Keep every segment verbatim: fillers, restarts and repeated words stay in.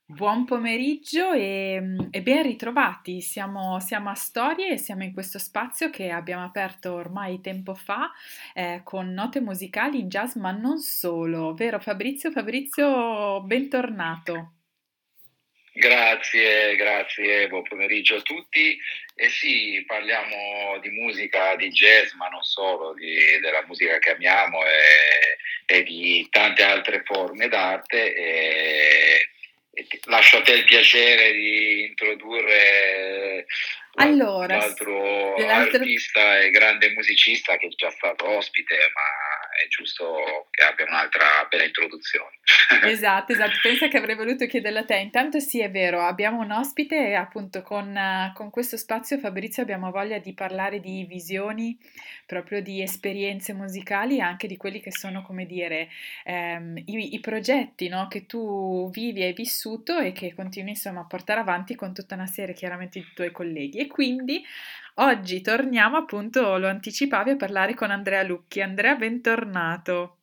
Buon pomeriggio e, e ben ritrovati. Siamo, siamo a Storie e siamo in questo spazio che abbiamo aperto ormai tempo fa eh, con note musicali in jazz, ma non solo, vero Fabrizio? Fabrizio, bentornato. Grazie, grazie, buon pomeriggio a tutti. E sì, parliamo di musica, di jazz, ma non solo, di- della musica che amiamo e, e di tante altre forme d'arte. E, e ti- lascio a te il piacere di introdurre l'al- Allora, s- l'altro l'altro artista e grande musicista che è già stato ospite, ma è giusto che abbia un'altra bella introduzione. Esatto, esatto. Pensa che avrei voluto chiederlo a te. Intanto sì, è vero, abbiamo un ospite e appunto con, eh, con questo spazio, Fabrizio, abbiamo voglia di parlare di visioni, proprio di esperienze musicali e anche di quelli che sono, come dire, ehm, i, i progetti, no, che tu vivi e hai vissuto e che continui insomma a portare avanti con tutta una serie chiaramente di tuoi colleghi. E quindi oggi torniamo appunto, lo anticipavi, a parlare con Andrea Lucchi. Andrea, bentornato.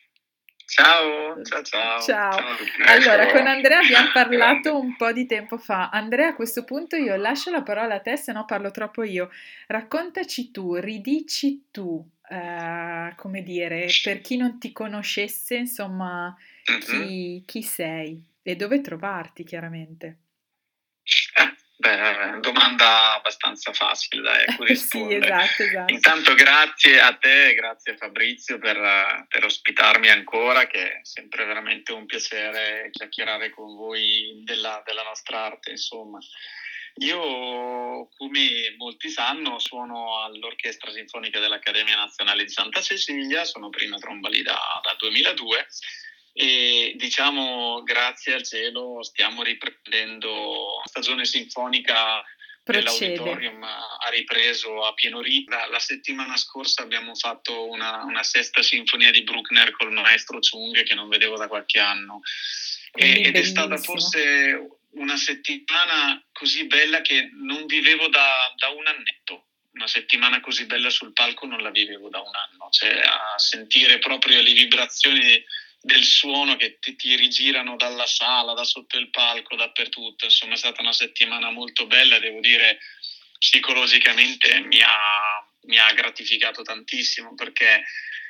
Ciao, ciao, ciao, Ciao, ciao a tutti. allora Eccolo con là. Andrea abbiamo parlato Grande. un po' di tempo fa. Andrea, a questo punto io lascio la parola a te, se no parlo troppo io. Raccontaci tu, ridici tu, eh, come dire, per chi non ti conoscesse, insomma, Mhm. chi, chi sei e dove trovarti, chiaramente. Eh, beh, domanda abbastanza facile, dai, a cui Sì, rispondere. esatto, esatto. Intanto grazie a te, grazie Fabrizio per, eh, per ospitarmi ancora, che è sempre veramente un piacere chiacchierare con voi della, della nostra arte, insomma. Io, come molti sanno, suono all'Orchestra Sinfonica dell'Accademia Nazionale di Santa Cecilia, sono prima tromba lì da, dal duemiladue e diciamo grazie al cielo stiamo riprendendo la stagione sinfonica Procede. dell'auditorium, ha ripreso a pieno ritmo. La, la settimana scorsa abbiamo fatto una, una sesta sinfonia di Bruckner col maestro Chung che non vedevo da qualche anno. E, Quindi ed è stata bellissimo. forse una settimana così bella che non vivevo da, da un annetto. Una settimana così bella sul palco non la vivevo da un anno, cioè a sentire proprio le vibrazioni del suono che ti, ti rigirano dalla sala, da sotto il palco, dappertutto. Insomma, è stata una settimana molto bella, devo dire, psicologicamente mi ha, mi ha gratificato tantissimo perché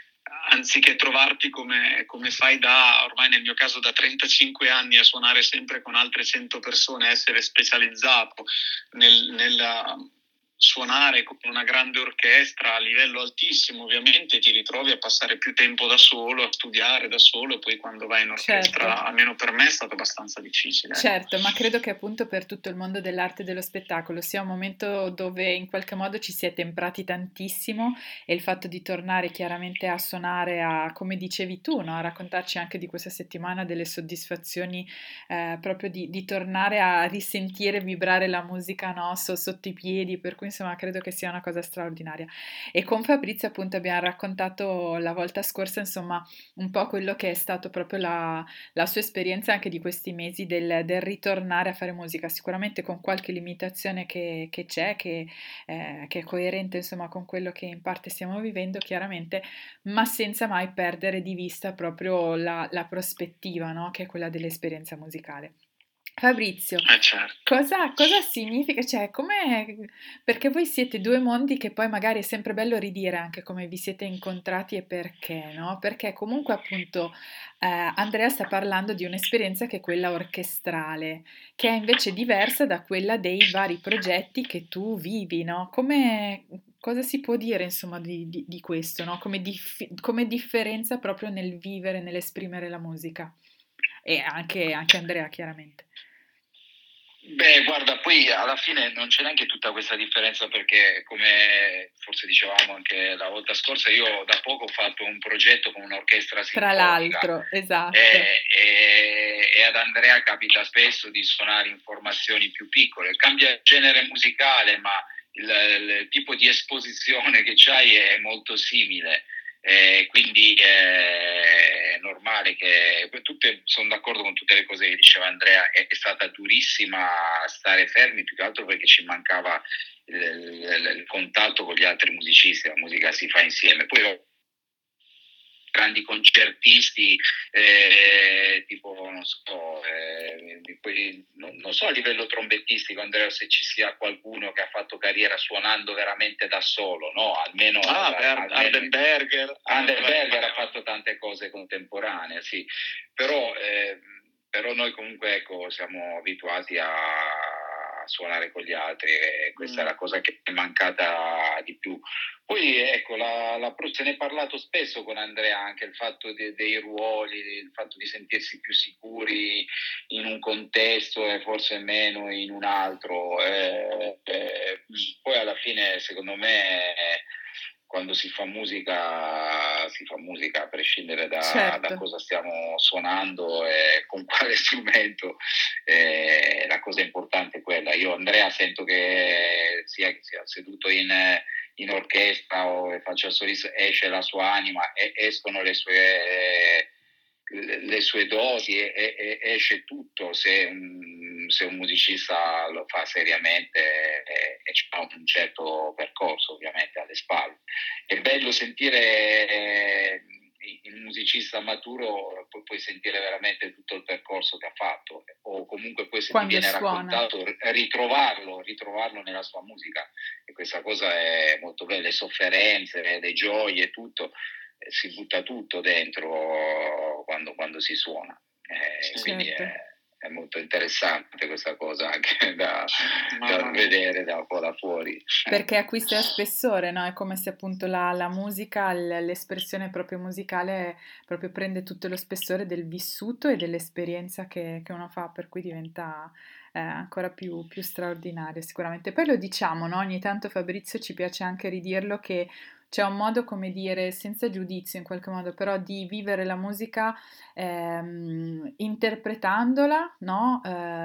anziché trovarti come, come fai da, ormai nel mio caso da trentacinque anni a suonare sempre con altre cento persone, essere specializzato nel, nel suonare con una grande orchestra a livello altissimo, ovviamente ti ritrovi a passare più tempo da solo, a studiare da solo, e poi quando vai in Certo. orchestra, almeno per me è stato abbastanza difficile, ecco. Certo, ma credo che appunto per tutto il mondo dell'arte e dello spettacolo sia un momento dove in qualche modo ci si è temprati tantissimo e il fatto di tornare chiaramente a suonare, a, come dicevi tu, no? A raccontarci anche di questa settimana delle soddisfazioni, eh, proprio di, di tornare a risentire vibrare la musica, no? So- sotto i piedi, per cui insomma credo che sia una cosa straordinaria. E con Fabrizio appunto abbiamo raccontato la volta scorsa insomma un po' quello che è stato proprio la la sua esperienza anche di questi mesi del, del ritornare a fare musica, sicuramente con qualche limitazione che, che c'è, che, eh, che è coerente insomma con quello che in parte stiamo vivendo, chiaramente, ma senza mai perdere di vista proprio la, la prospettiva, no? Che è quella dell'esperienza musicale. Fabrizio, Eh certo. cosa, cosa significa? Cioè, come perché voi siete due mondi che poi magari è sempre bello ridire anche come vi siete incontrati e perché, no? Perché comunque appunto eh, Andrea sta parlando di un'esperienza che è quella orchestrale, che è invece diversa da quella dei vari progetti che tu vivi, no? Come, cosa si può dire insomma di, di- di questo, no? Come, dif- come differenza proprio nel vivere, nell'esprimere la musica? E anche, anche Andrea, chiaramente. Beh, guarda, poi alla fine non c'è neanche tutta questa differenza perché, come forse dicevamo anche la volta scorsa, io da poco ho fatto un progetto con un'orchestra Tra sinfonica l'altro, esatto. e, e- e ad Andrea capita spesso di suonare in formazioni più piccole. Cambia genere musicale, ma il, il tipo di esposizione che c'hai è molto simile. Eh, quindi eh, è normale che tutte, sono d'accordo con tutte le cose che diceva Andrea, è, è stata durissima stare fermi più che altro perché ci mancava il, il, il contatto con gli altri musicisti, la musica si fa insieme. Poi ho grandi concertisti, eh, tipo, non so, eh, poi non, non so a livello trombettistico, Andrea, se ci sia qualcuno che ha fatto carriera suonando veramente da solo, no? Almeno, ah, da, beh, almeno Hardenberger. Hardenberger ha fatto tante cose contemporanee, sì, però, eh, però noi comunque ecco, siamo abituati a suonare con gli altri e questa mm. è la cosa che è mancata di più. Poi ecco, la, la, se ne è parlato spesso con Andrea, anche il fatto de, dei ruoli, il fatto di sentirsi più sicuri in un contesto e forse meno in un altro. Eh, eh, poi alla fine, secondo me, quando si fa musica, si fa musica a prescindere da, certo. da cosa stiamo suonando e con quale strumento. Eh, la cosa importante è quella. Io, Andrea, sento che sia, sia seduto in, in orchestra o faccia il solista, esce la sua anima, e escono le sue, le sue doti e, e, esce tutto. Se un, se un musicista lo fa seriamente e, e c'ha un certo percorso ovviamente alle spalle. È bello sentire eh, il musicista maturo, poi puoi sentire veramente tutto il percorso che ha fatto, o comunque poi se Quando ti viene suona. raccontato ritrovarlo, ritrovarlo nella sua musica, e questa cosa è molto bella, le sofferenze, le gioie, tutto, eh, si butta tutto dentro quando, quando si suona, eh, certo. Quindi è, è molto interessante questa cosa anche da, da vedere da un po' da fuori. Perché acquista spessore, no? È come se appunto la, la musica, l'espressione proprio musicale proprio prende tutto lo spessore del vissuto e dell'esperienza che, che uno fa, per cui diventa eh, ancora più, più straordinario sicuramente. Poi lo diciamo, no? Ogni tanto, Fabrizio, ci piace anche ridirlo, che c'è un modo, come dire, senza giudizio in qualche modo, però di vivere la musica ehm, interpretandola, no?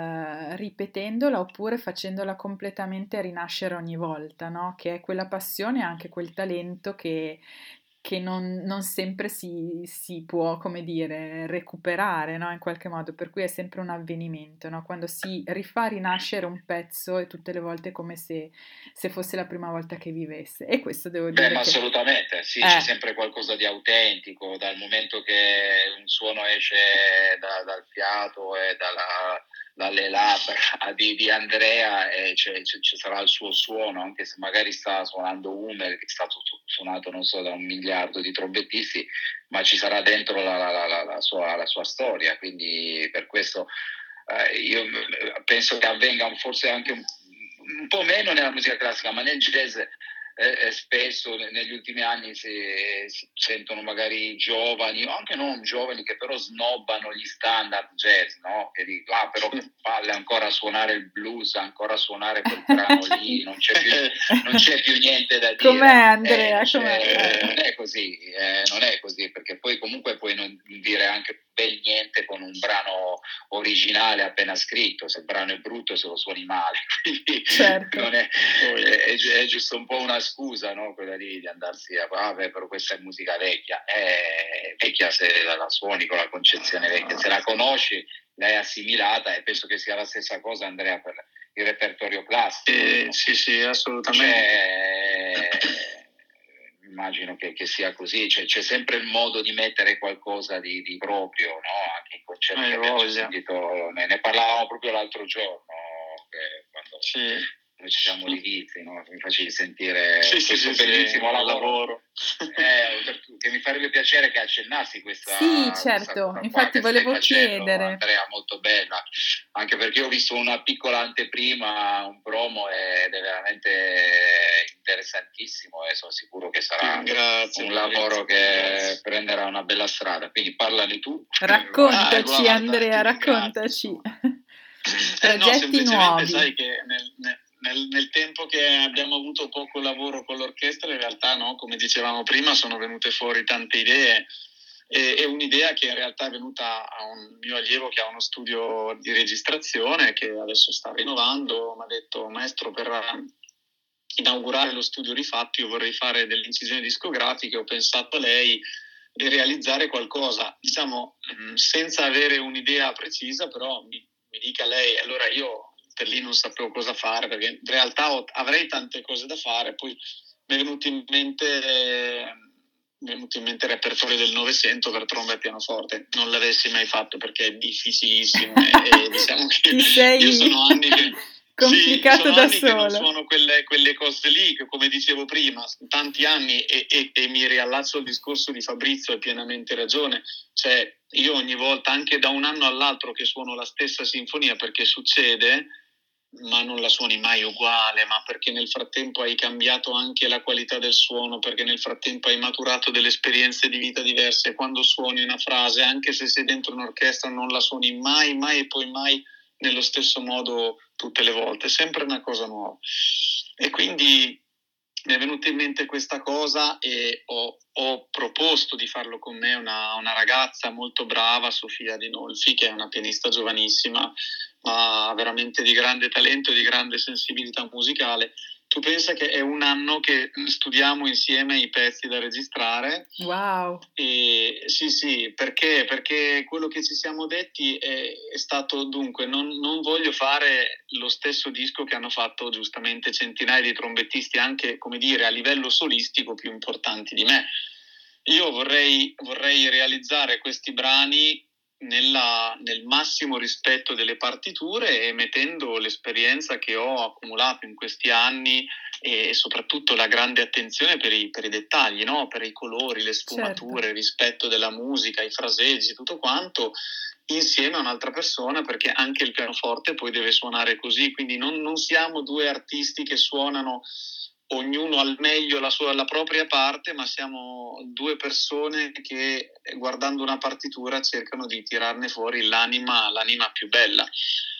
Eh, ripetendola oppure facendola completamente rinascere ogni volta, no? Che è quella passione e anche quel talento che, che non, non sempre si, si può, come dire, recuperare, no? In qualche modo, per cui è sempre un avvenimento, no? Quando si rifà rinascere un pezzo e tutte le volte come se, se fosse la prima volta che vivesse. E questo devo dire Beh, ma che... assolutamente, sì, eh. c'è sempre qualcosa di autentico, dal momento che un suono esce da, dal fiato e dalla... dalle labbra di, di Andrea, e c'è, c'è, ci sarà il suo suono, anche se magari sta suonando Hummel, che è stato suonato non so da un miliardo di trombettisti, ma ci sarà dentro la, la, la, la, sua, la sua storia, quindi per questo eh, io penso che avvenga forse anche un, un po' meno nella musica classica, ma nel jazz eh, spesso negli ultimi anni si, si sentono magari giovani o anche non giovani che però snobbano gli standard jazz, no? Che dicono, ah, però che palle ancora suonare il blues, ancora suonare quel brano lì, non c'è più, non c'è più niente da dire. Com'è, Andrea? Eh, com'è? Non è così, eh, non è così, perché poi comunque puoi non dire anche bel niente con un brano originale appena scritto, se il brano è brutto se lo suoni male, quindi certo. non è, è, è giusto un po' una scusa, no? Quella lì di andarsi a ah, beh, però questa è musica vecchia, è vecchia se la suoni con la concezione vecchia, se la conosci l'hai assimilata, e penso che sia la stessa cosa, Andrea, per il repertorio classico. Eh, no? Sì, sì, assolutamente. Cioè, immagino che, che sia così, cioè, c'è sempre il modo di mettere qualcosa di, di proprio, no? Anche in concerti che abbiamo sentito, ne, ne parlavamo proprio l'altro giorno, che quando sì. noi ci siamo rivisti, no? Mi facevi sentire sì, questo sì, bellissimo sì, lavoro, lavoro. Eh, che mi farebbe piacere che accennassi questa sì, certo, questa infatti volevo facendo, chiedere. Andrea, molto bella, anche perché ho visto una piccola anteprima, un promo, ed è veramente interessantissimo e sono sicuro che sarà grazie, un grazie, lavoro che grazie. prenderà una bella strada, quindi parlane tu. Raccontaci, ah, guarda, Andrea, raccontaci. Eh, no, semplicemente nuovi. Sai che nel, nel, nel tempo che abbiamo avuto poco lavoro con l'orchestra, in realtà, no, come dicevamo prima, sono venute fuori tante idee, e, e un'idea che in realtà è venuta a un mio allievo che ha uno studio di registrazione che adesso sta rinnovando. Mi ha detto: maestro, per inaugurare lo studio rifatto io vorrei fare delle incisioni discografiche, ho pensato a lei di realizzare qualcosa, diciamo, senza avere un'idea precisa, però mi mi dica lei. Allora io per lì non sapevo cosa fare, perché in realtà ho, avrei tante cose da fare. Poi mi è venuto in mente eh, mi è venuto in mente il repertorio del Novecento per tromba e pianoforte. Non l'avessi mai fatto perché è difficilissimo e, e diciamo che Ti sei io sono anni che complicato sì, sono da anni solo. che non suono quelle, quelle cose lì, che come dicevo prima, tanti anni, e, e, e mi riallaccio al discorso di Fabrizio, hai pienamente ragione. Cioè, io ogni volta, anche da un anno all'altro, che suono la stessa sinfonia, perché succede, ma non la suoni mai uguale, ma perché nel frattempo hai cambiato anche la qualità del suono, perché nel frattempo hai maturato delle esperienze di vita diverse. Quando suoni una frase, anche se sei dentro un'orchestra, non la suoni mai, mai e poi mai nello stesso modo tutte le volte, sempre una cosa nuova. E quindi mi è venuta in mente questa cosa e ho, ho proposto di farlo con me una, una ragazza molto brava, Sofia Dinolfi, che è una pianista giovanissima, ma veramente di grande talento e di grande sensibilità musicale. Tu pensa che è un anno che studiamo insieme i pezzi da registrare. Wow. E sì, sì, perché? Perché quello che ci siamo detti è, è stato, dunque, non, non voglio fare lo stesso disco che hanno fatto giustamente centinaia di trombettisti, anche, come dire, a livello solistico più importanti di me. Io vorrei, vorrei realizzare questi brani nella, nel massimo rispetto delle partiture e mettendo l'esperienza che ho accumulato in questi anni e soprattutto la grande attenzione per i, per i dettagli, no? Per i colori, le sfumature, certo. Il rispetto della musica, i fraseggi, tutto quanto, insieme a un'altra persona, perché anche il pianoforte poi deve suonare così, quindi non, non siamo due artisti che suonano ognuno al meglio la sua la propria parte, ma siamo due persone che, guardando una partitura, cercano di tirarne fuori l'anima, l'anima più bella.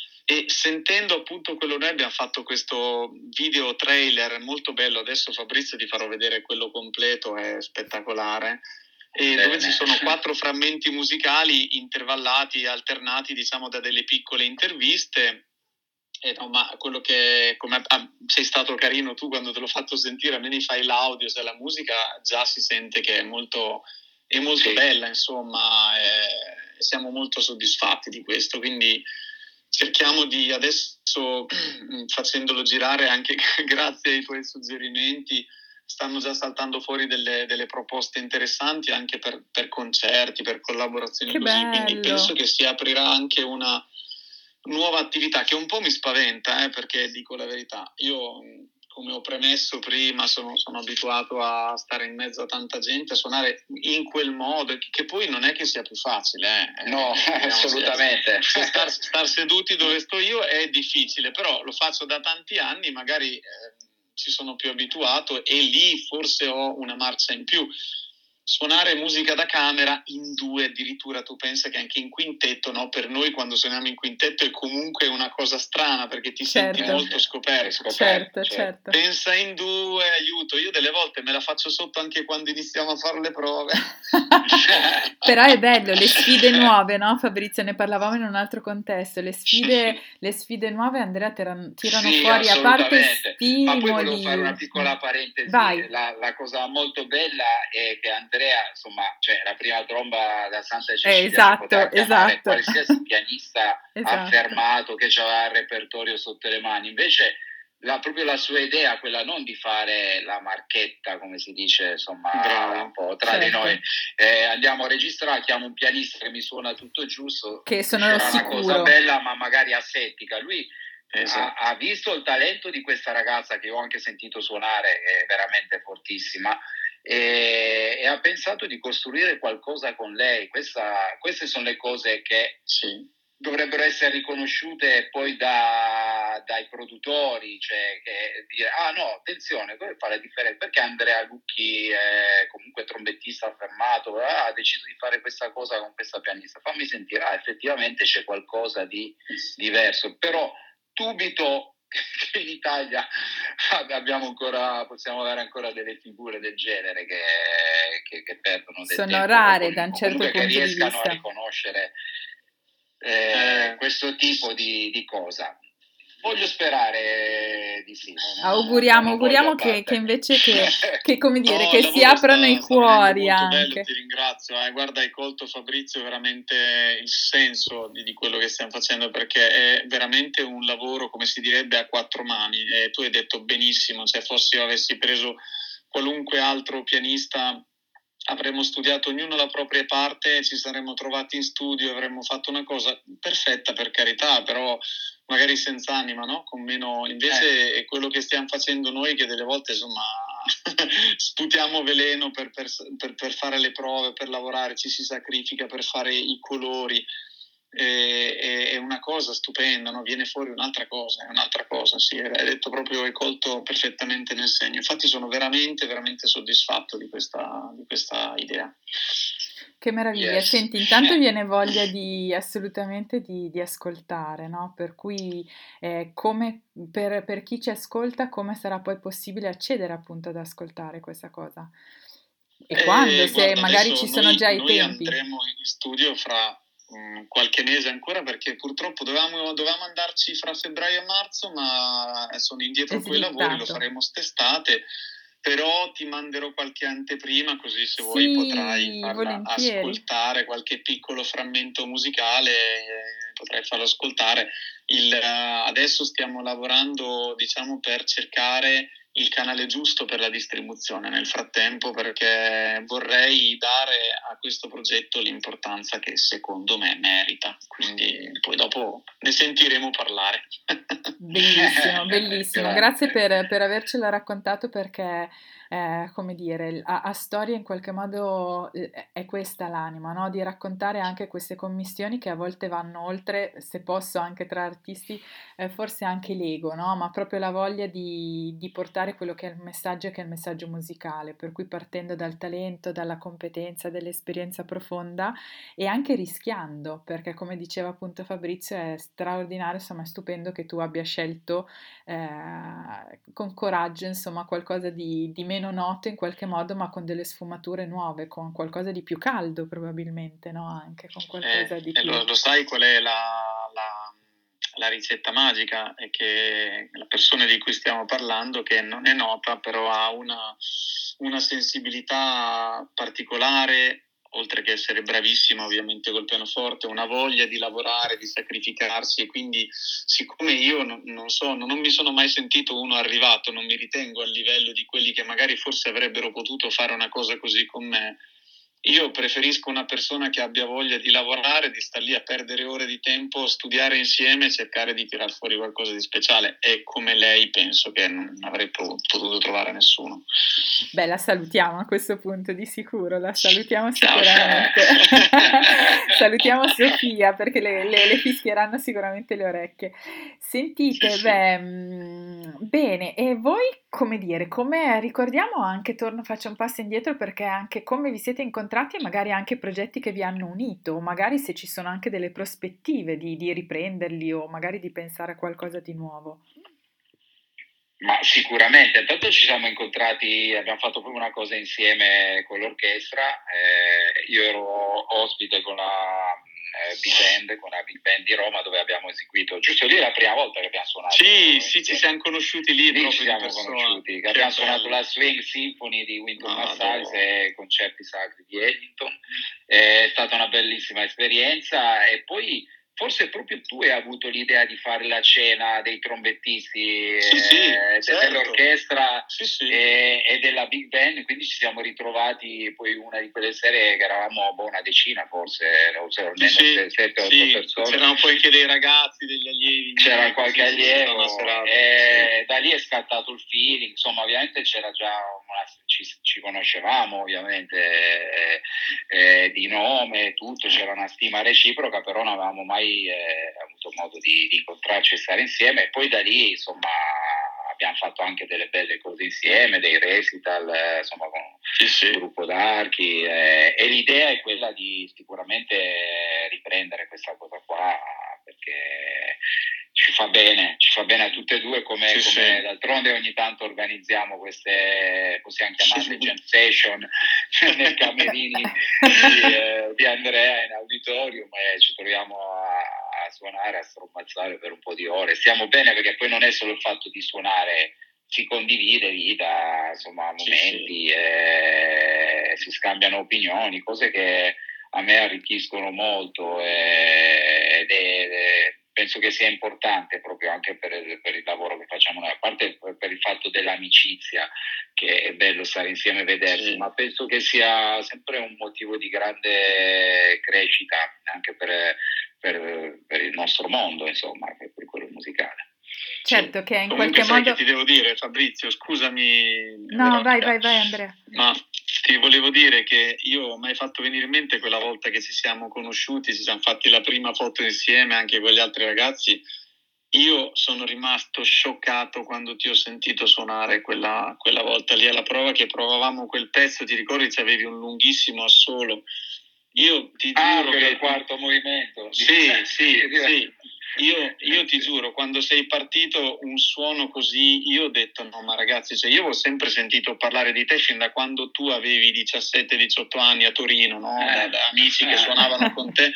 E sentendo appunto quello, noi abbiamo fatto questo video trailer molto bello, adesso Fabrizio ti farò vedere quello completo, è spettacolare, e Bene. Dove ci sono quattro frammenti musicali intervallati, alternati diciamo da delle piccole interviste. Eh no, ma quello che, come ah, sei stato carino tu quando te l'ho fatto sentire, a me mi fai l'audio, se la musica già si sente che è molto, è molto sì. bella, insomma, e siamo molto soddisfatti di questo, quindi cerchiamo di adesso, facendolo girare anche grazie ai tuoi suggerimenti, stanno già saltando fuori delle, delle proposte interessanti anche per, per concerti, per collaborazioni che così, bello. Quindi penso che si aprirà anche una nuova attività che un po' mi spaventa, eh, perché dico la verità, io come ho premesso prima sono, sono abituato a stare in mezzo a tanta gente, a suonare in quel modo, che, che poi non è che sia più facile. Eh. No, eh, assolutamente. Se, se star, star seduti dove sto io è difficile, però lo faccio da tanti anni, magari eh, ci sono più abituato e lì forse ho una marcia in più. Suonare musica da camera in due addirittura, tu pensa che anche in quintetto, no? Per noi quando suoniamo in quintetto è comunque una cosa strana perché ti certo. senti molto scoperto. Certo, certo, certo. Pensa in due, aiuto, io delle volte me la faccio sotto anche quando iniziamo a fare le prove. Però è bello, le sfide nuove, no Fabrizio? Ne parlavamo in un altro contesto, le sfide, le sfide nuove Andrea tirano, tirano sì, fuori, a parte stimoli. Ma poi volevo fare una piccola parentesi. Vai. La, la cosa molto bella è che Andrea, insomma, cioè la prima tromba da Santa Cecilia, eh, esatto, si poteva chiamare esatto. qualsiasi pianista esatto. affermato che aveva il repertorio sotto le mani. Invece la, proprio la sua idea, quella non di fare la marchetta, come si dice, insomma, Bravo. un po' tra certo. di noi, eh, andiamo a registrare, chiamo un pianista che mi suona tutto giusto, che sono una sicuro. cosa bella ma magari asettica. Lui esatto. ha, ha visto il talento di questa ragazza che ho anche sentito suonare, che è veramente fortissima, e, e ha pensato di costruire qualcosa con lei. Questa, queste sono le cose che sì. dovrebbero essere riconosciute poi da, dai produttori, cioè che dire ah no, attenzione, come fa la differenza? Perché Andrea Lucchi, eh, comunque trombettista affermato, ah, ha deciso di fare questa cosa con questa pianista, fammi sentire, ah, effettivamente c'è qualcosa di diverso, però dubito che in Italia abbiamo ancora, possiamo avere ancora delle figure del genere che, che, che perdono del sono tempo, rare o, da un certo punto di vista, che riescano a riconoscere eh, questo tipo di, di cosa. Voglio sperare di sì. Auguriamo, auguriamo che, che invece che, che come dire, no, che si aprano sta, i cuori molto anche. Bello, ti ringrazio. Eh. Guarda, hai colto, Fabrizio, veramente il senso di, di quello che stiamo facendo, perché è veramente un lavoro, come si direbbe, a quattro mani. E tu hai detto benissimo, se fossi io avessi preso qualunque altro pianista avremmo studiato ognuno la propria parte, ci saremmo trovati in studio, avremmo fatto una cosa perfetta, per carità, però magari senza anima, no? Con meno. Invece eh. è quello che stiamo facendo noi, che delle volte insomma sputiamo veleno per, per, per, per fare le prove, per lavorare, ci si sacrifica per fare i colori. È, è una cosa stupenda, no? Viene fuori un'altra cosa, è un'altra cosa, sì, hai detto proprio, hai colto perfettamente nel segno. Infatti sono veramente, veramente soddisfatto di questa, di questa idea. Che meraviglia, yes. Senti, intanto viene voglia di assolutamente di, di ascoltare, no? Per cui eh, come per, per chi ci ascolta, come sarà poi possibile accedere appunto ad ascoltare questa cosa? E eh, quando? Se guarda, magari ci sono noi, già i noi tempi. Noi andremo in studio fra um, qualche mese ancora, perché purtroppo dovevamo, dovevamo andarci fra febbraio e marzo, ma sono indietro quei lavori, lo faremo st'estate. Però ti manderò qualche anteprima, così se sì, vuoi potrai farla ascoltare, qualche piccolo frammento musicale, eh, potrai farlo ascoltare. Il, uh, adesso stiamo lavorando, diciamo, per cercare il canale giusto per la distribuzione nel frattempo, perché vorrei dare a questo progetto l'importanza che secondo me merita, quindi poi dopo ne sentiremo parlare. Bellissimo, bellissimo, grazie per, per avercela raccontato, perché eh, come dire, a, a storia in qualche modo eh, è questa l'anima, no? Di raccontare anche queste commistioni che a volte vanno oltre, se posso anche tra artisti, eh, forse anche l'ego, no? Ma proprio la voglia di, di portare quello che è il messaggio, che è il messaggio musicale, per cui partendo dal talento, dalla competenza, dall'esperienza profonda e anche rischiando, perché come diceva appunto Fabrizio è straordinario, insomma è stupendo che tu abbia scelto eh, con coraggio insomma qualcosa di, di meno noto in qualche modo, ma con delle sfumature nuove, con qualcosa di più caldo probabilmente, no? Anche con qualcosa eh, di più... Lo, lo sai qual è la... la... la ricetta magica? È che la persona di cui stiamo parlando, che non è nota, però ha una, una sensibilità particolare, oltre che essere bravissima ovviamente col pianoforte, una voglia di lavorare, di sacrificarsi, e quindi siccome io non, non so, non mi sono mai sentito uno arrivato, non mi ritengo al livello di quelli che magari forse avrebbero potuto fare una cosa così con me, io preferisco una persona che abbia voglia di lavorare, di star lì a perdere ore di tempo, studiare insieme e cercare di tirar fuori qualcosa di speciale, e come lei penso che non avrei potuto trovare nessuno. Beh, la salutiamo a questo punto, di sicuro, la salutiamo sicuramente. Salutiamo Sofia, perché le, le, le fischieranno sicuramente le orecchie. Sentite, sì, beh, sì. Bene, e voi come dire, come ricordiamo anche, torno, faccio un passo indietro, perché anche come vi siete incontrati e magari anche progetti che vi hanno unito, magari se ci sono anche delle prospettive di, di riprenderli o magari di pensare a qualcosa di nuovo. Ma sicuramente, intanto ci siamo incontrati, abbiamo fatto proprio una cosa insieme con l'orchestra, eh, io ero ospite con la eh, Big Band, con la Big Band di Roma, dove abbiamo eseguito, giusto lì è la prima volta che abbiamo suonato. Sì, sì, ci siamo conosciuti lì, lì proprio ci siamo conosciuti, che abbiamo bello. suonato la Swing Symphony di Wynton no, Marsalis e Concerti Sacri di Ellington, è stata una bellissima esperienza, e poi forse proprio tu hai avuto l'idea di fare la cena dei trombettisti, sì, sì, eh, certo. dell'orchestra sì, sì. E, e della Big Band, quindi ci siamo ritrovati poi una di quelle sere che eravamo boh, una decina forse, o cioè, almeno sì, sette otto sì, persone. C'erano poi anche dei ragazzi, degli allievi. C'era qualche allievo serata, e sì. da lì è scattato il feeling, insomma ovviamente c'era già una, ci, ci conoscevamo ovviamente eh, eh, di nome, tutto, c'era una stima reciproca, però non avevamo mai eh, avuto modo di, di incontrarci e stare insieme, e poi da lì insomma abbiamo fatto anche delle belle cose insieme, dei recital eh, insomma con sì, sì. il gruppo d'archi eh, e l'idea è quella di sicuramente riprendere questa cosa qua, perché ci fa bene, ci fa bene a tutte e due, come, sì, come sì. d'altronde ogni tanto organizziamo queste, possiamo chiamarle jam session nei camerini di, eh, di Andrea in auditorium, e ci troviamo a, a suonare, a strombazzare per un po' di ore. Stiamo bene, perché poi non è solo il fatto di suonare, si condivide vita, insomma momenti, sì, sì. Eh, si scambiano opinioni, cose che a me arricchiscono molto, eh, ed è, penso che sia importante proprio anche per il, per il lavoro che facciamo noi, a parte per il fatto dell'amicizia, che è bello stare insieme e vedersi, sì. Ma penso che sia sempre un motivo di grande crescita anche per, per, per il nostro mondo, insomma, per quello musicale. Certo, che in Comunque qualche sai modo... che ti devo dire, Fabrizio, scusami. No, Veronica, vai, vai, vai Andrea. Ma ti volevo dire che io mi hai fatto venire in mente quella volta che ci siamo conosciuti, ci siamo fatti la prima foto insieme anche con gli altri ragazzi. Io sono rimasto scioccato quando ti ho sentito suonare quella, quella volta lì alla prova, che provavamo quel pezzo, ti ricordi, ci avevi un lunghissimo assolo. Io ti ah, giuro per che... il quarto movimento. Sì, sì, sì. Io, io ti giuro, quando sei partito un suono così, io ho detto no, ma ragazzi, cioè io ho sempre sentito parlare di te fin da quando tu avevi diciassette diciotto anni a Torino, no? Da, da amici che suonavano con te.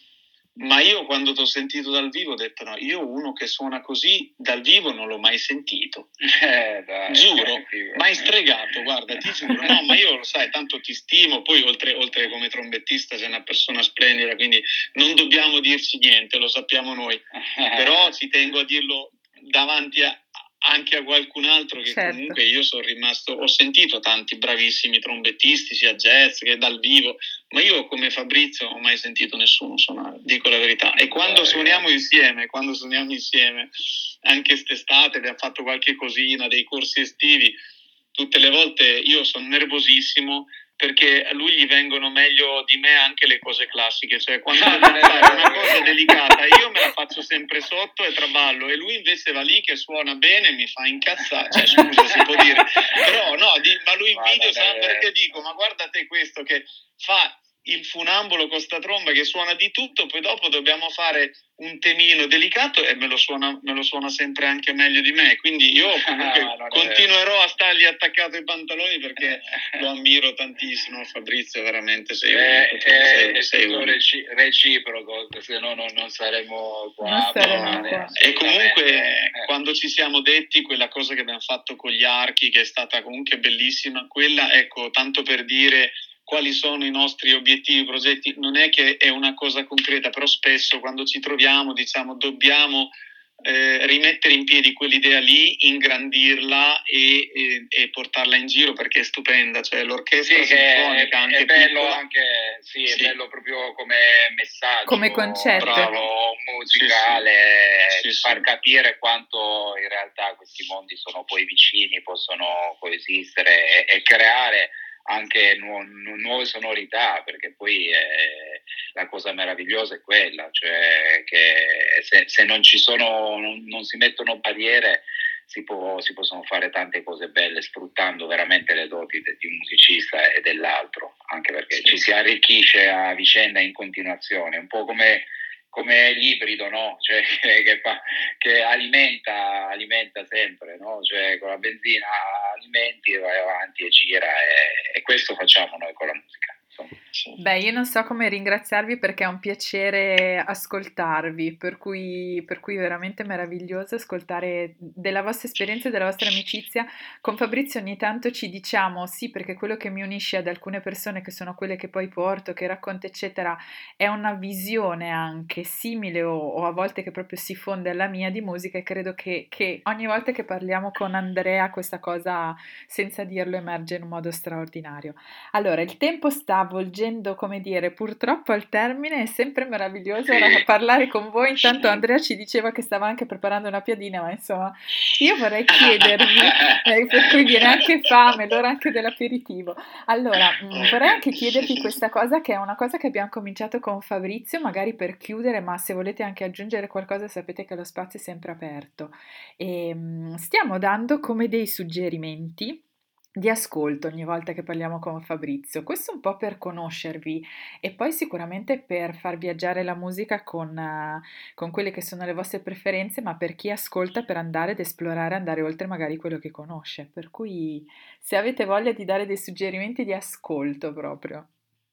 Ma io quando ti ho sentito dal vivo ho detto no, io uno che suona così dal vivo non l'ho mai sentito. Eh, dai, giuro, mai stregato, guarda, ti giuro. No, ma io lo sai, tanto ti stimo, poi oltre, oltre come trombettista sei una persona splendida, quindi non dobbiamo dirci niente, lo sappiamo noi. Però ci tengo a dirlo davanti a anche a qualcun altro che certo. Comunque io sono rimasto, ho sentito tanti bravissimi trombettisti sia jazz che dal vivo, ma io come Fabrizio non ho mai sentito nessuno suonare, dico la verità. E quando eh, suoniamo insieme, quando suoniamo insieme, anche quest'estate abbiamo fatto qualche cosina, dei corsi estivi, tutte le volte io sono nervosissimo perché a lui gli vengono meglio di me anche le cose classiche, cioè quando dobbiamo fare una cosa delicata io me la faccio sempre sotto e traballo, e lui invece va lì che suona bene e mi fa incazzare, cioè scusa si può dire, però no, di, ma lui in video sa perché dico, ma guarda te questo che fa il funambolo con sta tromba che suona di tutto, poi dopo dobbiamo fare un temino delicato e me lo suona, me lo suona sempre anche meglio di me, quindi io comunque no, continuerò a stargli attaccato ai pantaloni perché lo ammiro tantissimo. Fabrizio, veramente sei eh, unico, sei, eh, sei unico. Reci- reciproco, se no non, non saremmo qua, non saremo no, qua. E comunque eh. quando ci siamo detti quella cosa che abbiamo fatto con gli archi, che è stata comunque bellissima, quella, ecco, tanto per dire quali sono i nostri obiettivi, progetti, non è che è una cosa concreta, però spesso quando ci troviamo diciamo dobbiamo eh, rimettere in piedi quell'idea lì, ingrandirla e, e, e portarla in giro perché è stupenda, cioè l'orchestra sì, sinfonica è, anche è bello piccola, anche, sì, sì. È bello proprio come messaggio, come concetto bravo, musicale, sì, sì. far sì, capire quanto in realtà questi mondi sono poi vicini, possono coesistere e, e creare anche nu- nu- nuove sonorità, perché poi eh, la cosa meravigliosa è quella, cioè che se, se non ci sono, non, non si mettono barriere, si, può, si possono fare tante cose belle sfruttando veramente le doti de, di un musicista e dell'altro, anche perché sì. Ci si arricchisce a vicenda in continuazione, un po' come come l'ibrido, no? Cioè, che, fa, che alimenta, alimenta sempre, no? Cioè, con la benzina alimenti, vai avanti e gira, e, e questo facciamo noi con la musica. Beh, io non so come ringraziarvi perché è un piacere ascoltarvi, per cui, per cui veramente meraviglioso ascoltare della vostra esperienza e della vostra amicizia. Con Fabrizio ogni tanto ci diciamo sì, perché quello che mi unisce ad alcune persone che sono quelle che poi porto, che racconto eccetera, è una visione anche simile o, o a volte che proprio si fonde alla mia di musica, e credo che, che ogni volta che parliamo con Andrea questa cosa senza dirlo emerge in un modo straordinario. Allora, il tempo sta volgendo, come dire, purtroppo al termine, è sempre meraviglioso sì. parlare con voi. Intanto Andrea ci diceva che stava anche preparando una piadina, ma insomma io vorrei chiedervi, eh, per cui viene anche fame, l'ora anche dell'aperitivo. Allora, mh, vorrei anche chiedervi questa cosa, che è una cosa che abbiamo cominciato con Fabrizio, magari per chiudere, ma se volete anche aggiungere qualcosa sapete che lo spazio è sempre aperto. E, mh, stiamo dando come dei suggerimenti di ascolto ogni volta che parliamo con Fabrizio, questo un po' per conoscervi e poi sicuramente per far viaggiare la musica con, uh, con quelle che sono le vostre preferenze, ma per chi ascolta per andare ad esplorare, andare oltre magari quello che conosce, per cui se avete voglia di dare dei suggerimenti di ascolto proprio.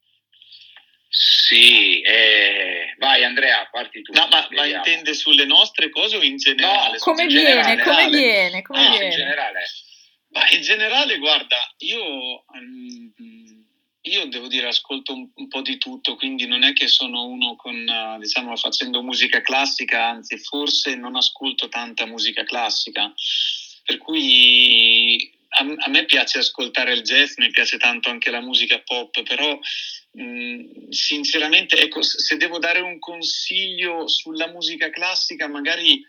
Sì, eh, vai Andrea, parti tu. No, ma, ma intende sulle nostre cose o in generale? No, come in viene, generale? come viene, come ah, viene. In generale. Ma in generale, guarda, io um, Io devo dire, ascolto un, un po' di tutto, quindi non è che sono uno con, eh, diciamo, facendo musica classica, anzi forse non ascolto tanta musica classica, per cui a, a me piace ascoltare il jazz, mi piace tanto anche la musica pop, però mh, sinceramente, ecco, se devo dare un consiglio sulla musica classica, magari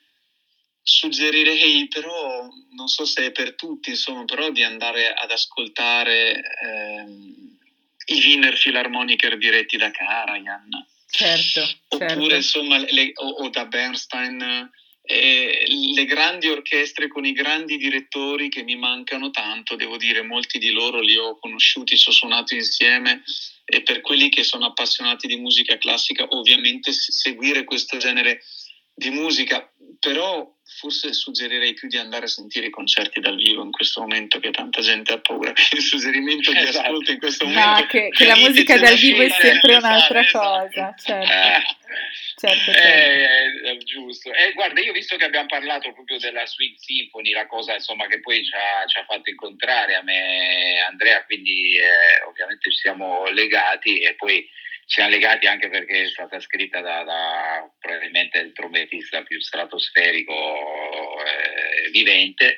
suggerirei, però non so se è per tutti, insomma, però di andare ad ascoltare ehm, i Wiener Philharmoniker diretti da Karajan, certo, oppure certo. insomma le, o, o da Bernstein, eh, le grandi orchestre con i grandi direttori che mi mancano tanto, devo dire, molti di loro li ho conosciuti, ci ho suonato insieme, e per quelli che sono appassionati di musica classica ovviamente seguire questo genere di musica, però forse suggerirei più di andare a sentire i concerti dal vivo in questo momento, che tanta gente ha paura che il suggerimento di esatto. ascolto in questo momento no, che, che la musica dal vivo è sempre un'altra cosa, certo, certo, certo. È, è giusto. E guarda, io visto che abbiamo parlato proprio della Swing Symphony, la cosa insomma che poi ci ha, ci ha fatto incontrare a me Andrea, quindi eh, ovviamente ci siamo legati, e poi siamo legati anche perché è stata scritta da, da probabilmente il trombettista più stratosferico eh, vivente,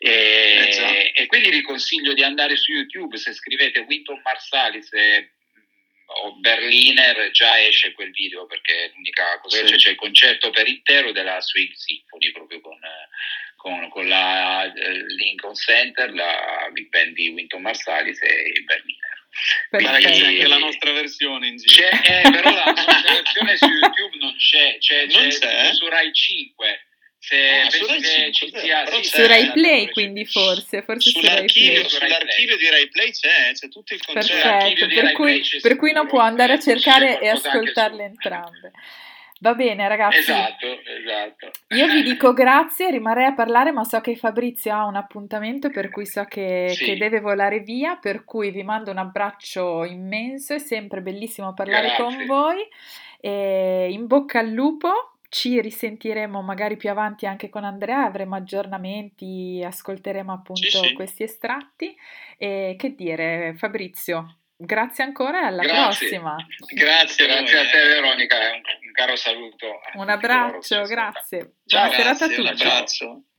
e, eh e quindi vi consiglio di andare su YouTube. Se scrivete Wynton Marsalis e, o Berliner già esce quel video, perché l'unica cosa che sì. c'è, c'è il concerto per intero della Swing Symphony proprio con, con, con la Lincoln Center, la Big Band di Wynton Marsalis e il Berliner. Guarda che c'è anche la nostra versione in giro. C'è, eh, però la nostra versione su YouTube non c'è, c'è, non c'è, c'è? su Rai cinque. Se ah, su Rai cinque, ci sia, sì, sì, su Rai Play, quindi forse, forse sull'archivio, su Rai sull'archivio di Rai Play c'è, c'è tutto il concerto. Perfetto, per cui, per cui non può andare a cercare e ascoltarle entrambe. Va bene ragazzi, esatto, esatto. Io vi dico grazie, rimarrei a parlare, ma so che Fabrizio ha un appuntamento, per cui so che, sì. che deve volare via, per cui vi mando un abbraccio immenso, è sempre bellissimo parlare grazie. con voi, e in bocca al lupo, ci risentiremo magari più avanti anche con Andrea, avremo aggiornamenti, ascolteremo appunto sì, sì. questi estratti, e che dire Fabrizio? Grazie ancora e alla grazie. prossima. Grazie, grazie a te Veronica, un, un caro saluto. Un abbraccio, grazie. Ciao, Buona serata a tutti. tutti. Un abbraccio.